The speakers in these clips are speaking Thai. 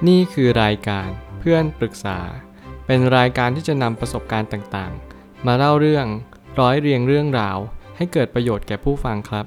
นี่คือรายการเพื่อนปรึกษาเป็นรายการที่จะนำประสบการณ์ต่างๆมาเล่าเรื่องร้อยเรียงเรื่องราวให้เกิดประโยชน์แก่ผู้ฟังครับ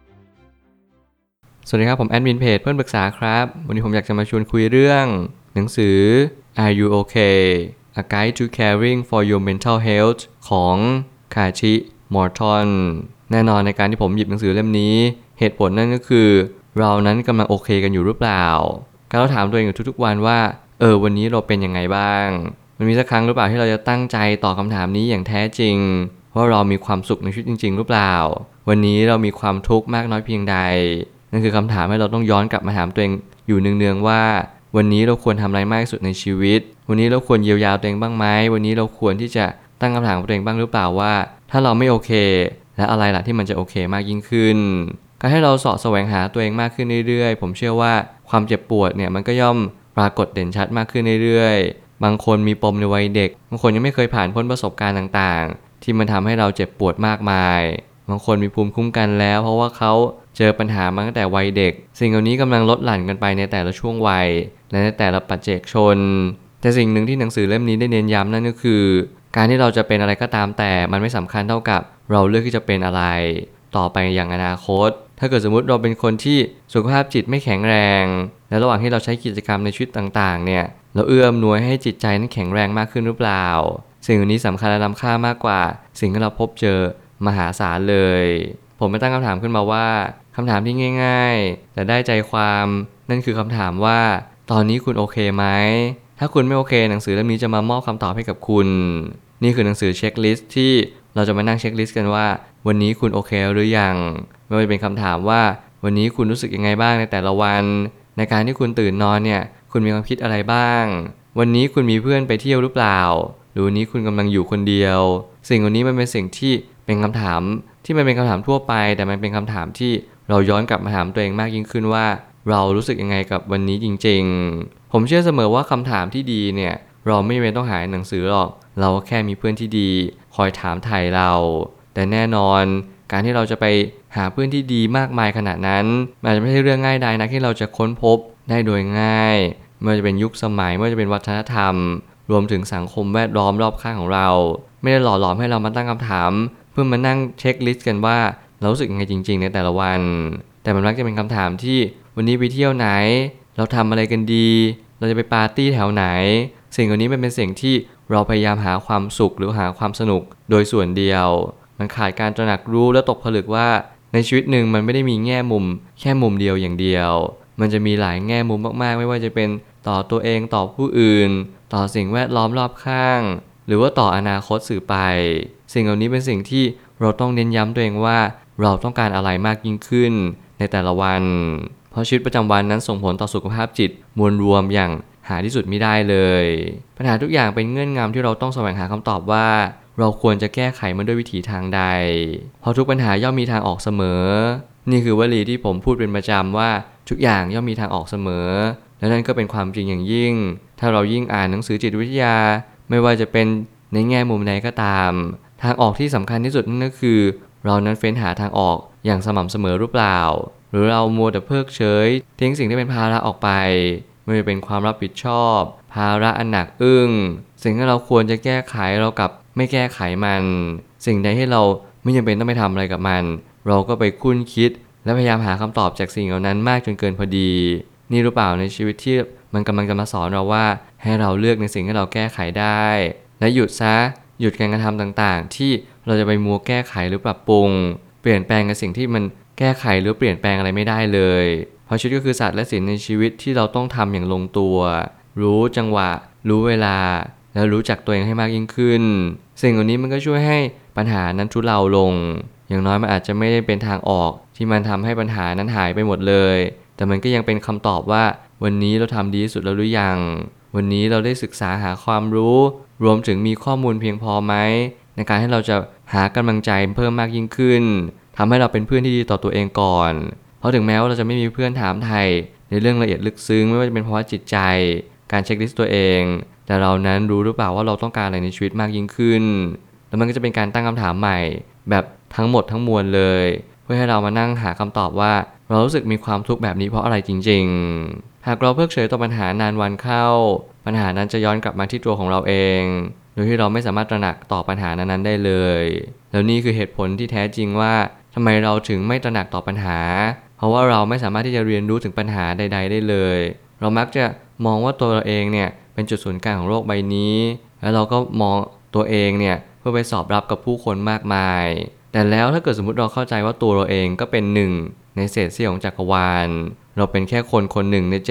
สวัสดีครับผมแอดมินเพจเพื่อนปรึกษาครับวันนี้ผมอยากจะมาชวนคุยเรื่องหนังสือ Are You Okay? A Guide to Caring for Your Mental Health ของคาชิมอร์ทอนแน่นอนในการที่ผมหยิบหนังสือเล่มนี้เหตุผลนั่นก็คือเรานั้นกำลังโอเคกันอยู่หรือเปล่าการเราถามตัวเองอยู่ทุกๆวันว่าวันนี้เราเป็นยังไงบ้างมันมีสักครั้งหรือเปล่าที่เราจะตั้งใจตอบคำถามนี้อย่างแท้จริงว่าเรามีความสุขในชีวิตจริงๆหรือเปล่าวันนี้เรามีความทุกข์มากน้อยเพียงใดนั่นคือคำถามให้เราต้องย้อนกลับมาถามตัวเองอยู่เนืองๆว่าวันนี้เราควรทำอะไรมากที่สุดในชีวิตวันนี้เราควรเยียวยาตัวเองบ้างไหมวันนี้เราควรที่จะตั้งคำถามกับตัวเองบ้างหรือเปล่าว่าถ้าเราไม่โอเคและอะไรล่ะที่มันจะโอเคมากยิ่งขึ้นการให้เราเสาะแสวงหาตัวเองมากขึ้นเรื่อยๆผมเชื่อว่าความเจ็บปวดเนี่ยมันก็ย่อมปรากฏเด่นชัดมากขึ้นเรื่อยๆบางคนมีปมในวัยเด็กบางคนยังไม่เคยผ่านพ้นประสบการณ์ต่างๆที่มันทำให้เราเจ็บปวดมากมายบางคนมีภูมิคุ้มกันแล้วเพราะว่าเขาเจอปัญหามาตั้งแต่วัยเด็กสิ่งเหล่านี้กำลังลดหลั่นกันไปในแต่ละช่วงวัยและในแต่ละปัจเจกชนแต่สิ่งหนึ่งที่หนังสือเล่มนี้ได้เน้นย้ำนั่นก็คือการที่เราจะเป็นอะไรก็ตามแต่มันไม่สำคัญเท่ากับเราเลือกที่จะเป็นอะไรต่อไปอย่างอนาคตถ้าเกิดสมมุติเราเป็นคนที่สุขภาพจิตไม่แข็งแรงและระหว่างที่เราใช้กิจกรรมในชีวิตต่างๆเนี่ยเราเอื้ออำนวยให้จิตใจนั้นแข็งแรงมากขึ้นหรือเปล่าสิ่งเหล่านี้สำคัญและล้ำค่ามากกว่าสิ่งที่เราพบเจอมหาศาลเลยผมไม่ตั้งคำถามขึ้นมาว่าคำถามที่ง่ายๆแต่ได้ใจความนั่นคือคำถามว่าตอนนี้คุณโอเคไหมถ้าคุณไม่โอเคหนังสือเล่มนี้จะมามอบคำตอบให้กับคุณนี่คือหนังสือเช็คลิสต์ที่เราจะมานั่งเช็คลิสต์กันว่าวันนี้คุณโอเคหรือยังไม่ว่าจะเป็นคำถามว่าวันนี้คุณรู้สึกยังไงบ้างในแต่ละวันในการที่คุณตื่นนอนเนี่ยคุณมีความคิดอะไรบ้างวันนี้คุณมีเพื่อนไปเที่ยวหรือเปล่าหรือวันนี้คุณกำลังอยู่คนเดียวสิ่งเหล่านี้มันเป็นสิ่งที่เป็นคำถามที่มันเป็นคำถามทั่วไปแต่มันเป็นคำถามที่เราย้อนกลับมาถามตัวเองมากยิ่งขึ้นว่าเรารู้สึกยังไงกับวันนี้จริงๆผมเชื่อเสมอว่าคำถามที่ดีเนี่ยเราไม่จำเป็นต้องหาหนังสือหรอกเราแค่มีเพื่อนที่ดีคอยถามไถ่เราแต่แน่นอนการที่เราจะไปหาเพื่อนที่ดีมากมายขนาดนั้นมันอาจจะไม่ใช่เรื่องง่ายดายนะที่เราจะค้นพบได้โดยง่ายไม่ว่าจะเป็นยุคสมัยไม่ว่าจะเป็นวัฒนธรรมรวมถึงสังคมแวดล้อมรอบข้างของเราไม่ได้หล่อหลอมให้เรามาตั้งคำถามเพื่อมานั่งเช็คลิสต์กันว่าเรารู้สึกยังไงจริงๆในแต่ละวันแต่มันมักจะเป็นคำถามที่วันนี้ไปเที่ยวไหนเราทำอะไรกันดีเราจะไปปาร์ตี้แถวไหนสิ่งเหล่านี้มันเป็นสิ่งที่เราพยายามหาความสุขหรือหาความสนุกโดยส่วนเดียวมันขาดการตระหนักรู้และตกผลึกว่าในชีวิตหนึ่งมันไม่ได้มีแง่มุมแค่มุมเดียวอย่างเดียวมันจะมีหลายแง่มุมมากๆไม่ว่าจะเป็นต่อตัวเองต่อผู้อื่นต่อสิ่งแวดล้อมรอบข้างหรือว่าต่ออนาคตสื่อไปสิ่งเหล่านี้เป็นสิ่งที่เราต้องเน้นย้ำตัวเองว่าเราต้องการอะไรมากยิ่งขึ้นในแต่ละวันเพราะชีวิตประจำวันนั้นส่งผลต่อสุขภาพจิตมวลรวมอย่างหาที่สุดไม่ได้เลยปัญหาทุกอย่างเป็นเงื่อนงำที่เราต้องแสวงหาคำตอบว่าเราควรจะแก้ไขมันด้วยวิถีทางใดเพราะทุกปัญหาย่อมมีทางออกเสมอนี่คือวลีที่ผมพูดเป็นประจำว่าทุกอย่างย่อมมีทางออกเสมอและนั่นก็เป็นความจริงอย่างยิ่งถ้าเรายิ่งอ่านหนังสือจิตวิทยาไม่ว่าจะเป็นในแง่มุมใดก็ตามทางออกที่สำคัญที่สุดนั่นก็คือเรานั้นเฟ้นหาทางออกอย่างสม่ำเสมอหรือเปล่าหรือเรามัวแต่เพิกเฉยทิ้งสิ่งที่เป็นภาระออกไปไม่ว่าเป็นความรับผิดชอบภาระอันหนักอึ้งสิ่งที่เราควรจะแก้ไขเรากลับไม่แก้ไขมันสิ่งใดที่เราไม่จำเป็นต้องไปทำอะไรกับมันเราก็ไปคุ้นคิดและพยายามหาคำตอบจากสิ่งเหล่านั้นมากจนเกินพอดีนี่หรือเปล่าในชีวิตที่มันกำลังจะมาสอนเราว่าให้เราเลือกในสิ่งที่เราแก้ไขได้และหยุดการกระทำต่างๆที่เราจะไปมัวแก้ไขหรือปรับปรุงเปลี่ยนแปลงกับสิ่งที่มันแก้ไขหรือเปลี่ยนแปลงอะไรไม่ได้เลยเพราะชีวิตก็คือศาสตร์และศิลป์ในชีวิตที่เราต้องทำอย่างลงตัวรู้จังหวะรู้เวลาแล้วรู้จักตัวเองให้มากยิ่งขึ้นสิ่งเหล่านี้มันก็ช่วยให้ปัญหานั้นทุเลาลงอย่างน้อยมันอาจจะไม่ได้เป็นทางออกที่มันทำให้ปัญหานั้นหายไปหมดเลยแต่มันก็ยังเป็นคำตอบว่าวันนี้เราทำดีที่สุดแล้วหรือยังวันนี้เราได้ศึกษาหาความรู้รวมถึงมีข้อมูลเพียงพอไหมในการให้เราจะหากำลังใจเพิ่มมากยิ่งขึ้นทำให้เราเป็นเพื่อนที่ดีต่อตัวเองก่อนเพราะถึงแม้ว่าเราจะไม่มีเพื่อนถามไถ่ในเรื่องละเอียดลึกซึ้งไม่ว่าจะเป็นเพราะจิตใจการเช็คลิสต์ตัวเองแต่เรานั้นรู้หรือเปล่าว่าเราต้องการอะไรในชีวิตมากยิ่งขึ้นแล้วมันก็จะเป็นการตั้งคำถามใหม่แบบทั้งหมดทั้งมวลเลยเพื่อให้เรามานั่งหาคำตอบว่าเรารู้สึกมีความทุกข์แบบนี้เพราะอะไรจริงๆหากเราเพิกเฉยต่อปัญหานานวันเข้าปัญหานั้นจะย้อนกลับมาที่ตัวของเราเองโดยที่เราไม่สามารถตระหนักต่อปัญหานั้นๆได้เลยแล้วนี่คือเหตุผลที่แท้จริงว่าทำไมเราถึงไม่ตระหนักต่อปัญหาเพราะว่าเราไม่สามารถที่จะเรียนรู้ถึงปัญหาใดๆได้เลยเรามักจะมองว่าตัวเราเองเนี่ยเป็นจุดศูนย์กลางของโลกใบนี้แล้วเราก็มองตัวเองเนี่ยเพื่อไปสอบรับกับผู้คนมากมายแต่แล้วถ้าเกิดสมมุติเราเข้าใจว่าตัวเราเองก็เป็นหนึ่งในเศษเสี้ยวของจักรวาลเราเป็นแค่คนหนึ่งใน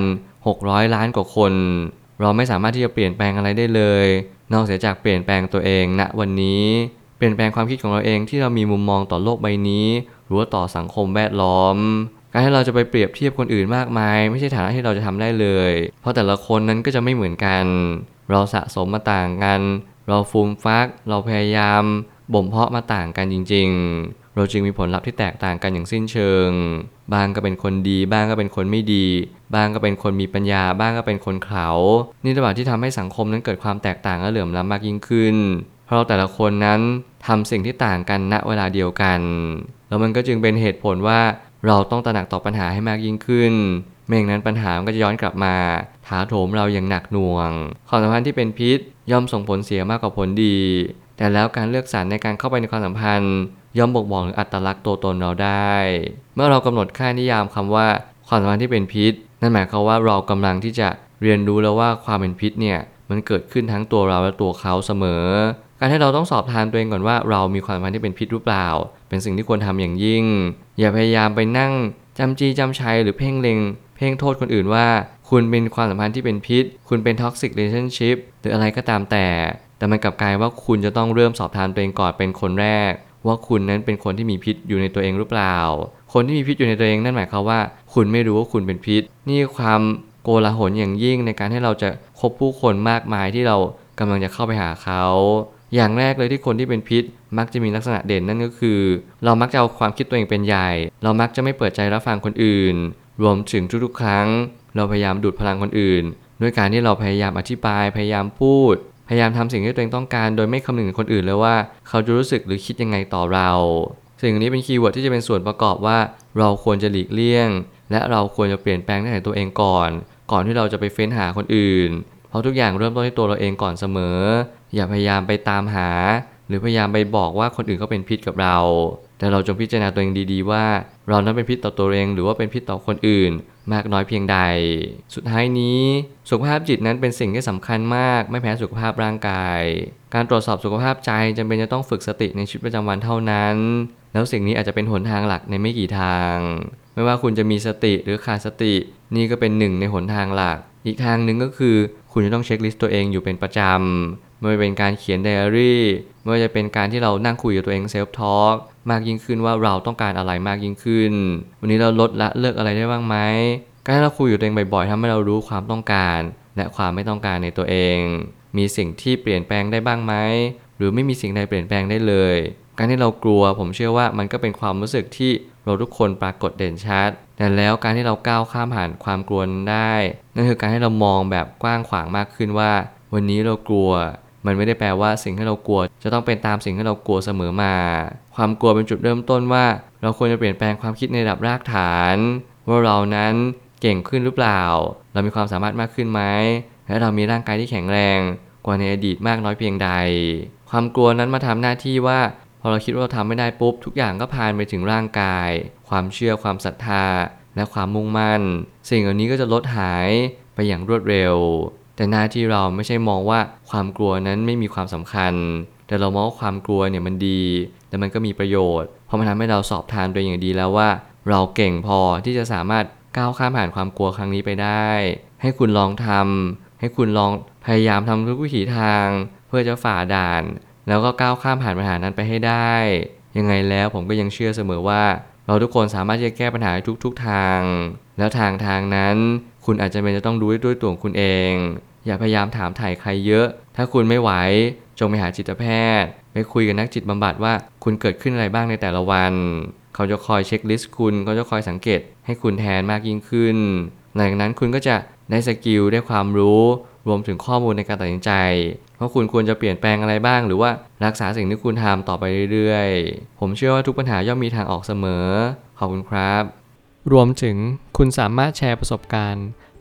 7,600 ล้านกว่าคนเราไม่สามารถที่จะเปลี่ยนแปลงอะไรได้เลยนอกเสียจากเปลี่ยนแปลงตัวเองณวันนี้เปลี่ยนแปลงความคิดของเราเองที่เรามีมุมมองต่อโลกใบนี้หรือว่าต่อสังคมแวดล้อมการที่เราจะไปเปรียบเทียบคนอื่นมากมายไม่ใช่ฐานะที่เราจะทำได้เลยเพราะแต่ละคนนั้นก็จะไม่เหมือนกันเราสะสมมาต่างกันเราฟูมฟักเราพยายามบ่มเพาะมาต่างกันจริงๆเราจึงมีผลลัพธ์ที่แตกต่างกันอย่างสิ้นเชิงบางก็เป็นคนดีบ้างก็เป็นคนไม่ดีบ้างก็เป็นคนมีปัญญาบ้างก็เป็นคนเขลานี่แหละที่ทำให้สังคมนั้นเกิดความแตกต่างและเหลื่อมล้ำมากยิ่งขึ้นเพราะเราแต่ละคนนั้นทำสิ่งที่ต่างกันณเวลาเดียวกันแล้วมันก็จึงเป็นเหตุผลว่าเราต้องตระหนักต่อปัญหาให้มากยิ่งขึ้นไม่อย่างนั้นปัญหามันก็จะย้อนกลับมาถาโถมเราอย่างหนักหน่วงความสัมพันธ์ที่เป็นพิษย่อมส่งผลเสียมากกว่าผลดีแต่แล้วการเลือกสรรในการเข้าไปในความสัมพันธ์ย่อมบ่งบอกถึงอัตลักษณ์ตัวตนเราได้เมื่อเรากำหนดค่านิยามคำว่าความสัมพันธ์ที่เป็นพิษนั่นหมายความว่าเรากำลังที่จะเรียนรู้แล้วว่าความเป็นพิษเนี่ยมันเกิดขึ้นทั้งตัวเราและตัวเขาเสมอการให้เราต้องสอบทานตัวเองก่อนว่าเรามีความสัมพันธ์ที่เป็นพิษหรือเปล่าเป็นสิ่งที่ควรทำอย่างยิ่งอย่าพยายามไปนั่งจำจี้จำชัยหรือเพ่งเล็งเพ่งโทษคนอื่นว่าคุณเป็นความสัมพันธ์ที่เป็นพิษคุณเป็น toxic relationship หรืออะไรก็ตามแต่มันกลับกลายว่าคุณจะต้องเริ่มสอบทานตัวเองก่อนเป็นคนแรกว่าคุณนั้นเป็นคนที่มีพิษอยู่ในตัวเองหรือเปล่าคนที่มีพิษอยู่ในตัวเองนั่นหมายความว่าคุณไม่รู้ว่าคุณเป็นพิษนี่ความโกลาหลอย่างยิ่งในการให้เราจะคบผู้คนมากมายที่เรากำลังจะเข้าไปหาเขาอย่างแรกเลยที่คนที่เป็นพิษมักจะมีลักษณะเด่นนั่นก็คือเรามักจะเอาความคิดตัวเองเป็นใหญ่เรามักจะไม่เปิดใจรับฟังคนอื่นรวมถึงทุกๆครั้งเราพยายามดูดพลังคนอื่นด้วยการที่เราพยายามอธิบายพยายามพูดพยายามทำสิ่งที่ตัวเองต้องการโดยไม่คำนึงถึงคนอื่นเลยว่าเขาจะรู้สึกหรือคิดยังไงต่อเราสิ่งนี้เป็นคีย์เวิร์ดที่จะเป็นส่วนประกอบว่าเราควรจะหลีกเลี่ยงและเราควรจะเปลี่ยนแปลงในตัวเองก่อนที่เราจะไปเฟ้นหาคนอื่นเพราะทุกอย่างเริ่มต้นที่ตัวเราเองก่อนเสมออย่าพยายามไปตามหาหรือพยายามไปบอกว่าคนอื่นเขาเป็นพิษกับเราแต่เราจงพิจารณาตัวเองดีๆว่าเรานั้นเป็นพิษต่อตัวเองหรือว่าเป็นพิษต่อคนอื่นมากน้อยเพียงใดสุดท้ายนี้สุขภาพจิตนั้นเป็นสิ่งที่สำคัญมากไม่แพ้สุขภาพร่างกายการตรวจสอบสุขภาพใจจำเป็นจะต้องฝึกสติในชีวิตประจำวันเท่านั้นแล้วสิ่งนี้อาจจะเป็นหนทางหลักในไม่กี่ทางไม่ว่าคุณจะมีสติหรือขาดสตินี่ก็เป็นหนึ่งในหนทางหลักอีกทางหนึ่งก็คือคุณจะต้องเช็คลิสต์ตัวเองอยู่เป็นประจำไม่ว่าเป็นการเขียนไดอารี่ไม่ว่าจะเป็นการที่เรานั่งคุยกับตัวเองเซลฟ์ทอล์กมากยิ่งขึ้นว่าเราต้องการอะไรมากยิ่งขึ้นวันนี้เราลดละเลิกอะไรได้บ้างไหมการที่เราคุยกับตัวเองบ่อยๆทำให้เรารู้ความต้องการและความไม่ต้องการในตัวเองมีสิ่งที่เปลี่ยนแปลงได้บ้างไหมหรือไม่มีสิ่งใดเปลี่ยนแปลงได้เลยการที่เรากลัวผมเชื่อว่ามันก็เป็นความรู้สึกที่เราทุกคนปรากฏเด่นชัดแต่แล้วการที่เราก้าวข้ามผ่านความกลัวนั้นได้นั่นคือการให้เรามองแบบกว้างขวางมากขึ้นว่าวันนี้เรากลัวมันไม่ได้แปลว่าสิ่งที่เรากลัวจะต้องเป็นตามสิ่งที่เรากลัวเสมอมาความกลัวเป็นจุดเริ่มต้นว่าเราควรจะเปลี่ยนแปลงความคิดในระดับรากฐานว่าเรานั้นเก่งขึ้นหรือเปล่าเรามีความสามารถมากขึ้นไหมและเรามีร่างกายที่แข็งแรงกว่าในอดีตมากน้อยเพียงใดความกลัวนั้นมาทำหน้าที่ว่าพอเราคิดว่าเราทำไม่ได้ปุ๊บทุกอย่างก็พาไปถึงร่างกายความเชื่อความศรัทธาและความมุ่งมั่นสิ่งเหล่านี้ก็จะลดหายไปอย่างรวดเร็วแต่หน้าที่เราไม่ใช่มองว่าความกลัวนั้นไม่มีความสำคัญแต่เรามองว่าความกลัวเนี่ยมันดีและมันก็มีประโยชน์เพราะมันทำให้เราสอบทานตัวเองอย่างดีแล้วว่าเราเก่งพอที่จะสามารถก้าวข้ามผ่านความกลัวครั้งนี้ไปได้ให้คุณลองทำให้คุณลองพยายามทำทุกวิถีทางเพื่อจะฝ่าด่านแล้วก็ก้าวข้ามผ่านปัญหานั้นไปให้ได้ยังไงแล้วผมก็ยังเชื่อเสมอว่าเราทุกคนสามารถที่จะแก้ปัญหาทุกทางแล้วทางนั้นคุณอาจจะเป็นจะต้องดูด้วยตัวของคุณเองอย่าพยายามถามถ่ายใครเยอะถ้าคุณไม่ไหวจงไปหาจิตแพทย์ไปคุยกับนักจิตบำบัดว่าคุณเกิดขึ้นอะไรบ้างในแต่ละวันเขาจะคอยเช็คลิสต์คุณเขาจะคอยสังเกตให้คุณแทนมากยิ่งขึ้นหลังจากนั้นคุณก็จะได้สกิลได้ความรู้รวมถึงข้อมูลในการตัดสินใจว่าคุณควรจะเปลี่ยนแปลงอะไรบ้างหรือว่ารักษาสิ่งที่คุณทำต่อไปเรื่อยๆผมเชื่อว่าทุกปัญหาย่อมมีทางออกเสมอขอบคุณครับรวมถึงคุณสามารถแชร์ประสบการณ์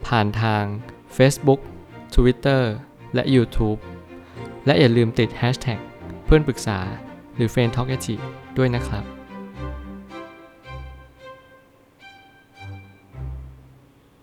ผ่านทาง Facebook Twitter และ YouTube และอย่าลืมติด Hashtag เพื่อนปรึกษาหรือ f r ร e n d t a l k ด้วยนะครับ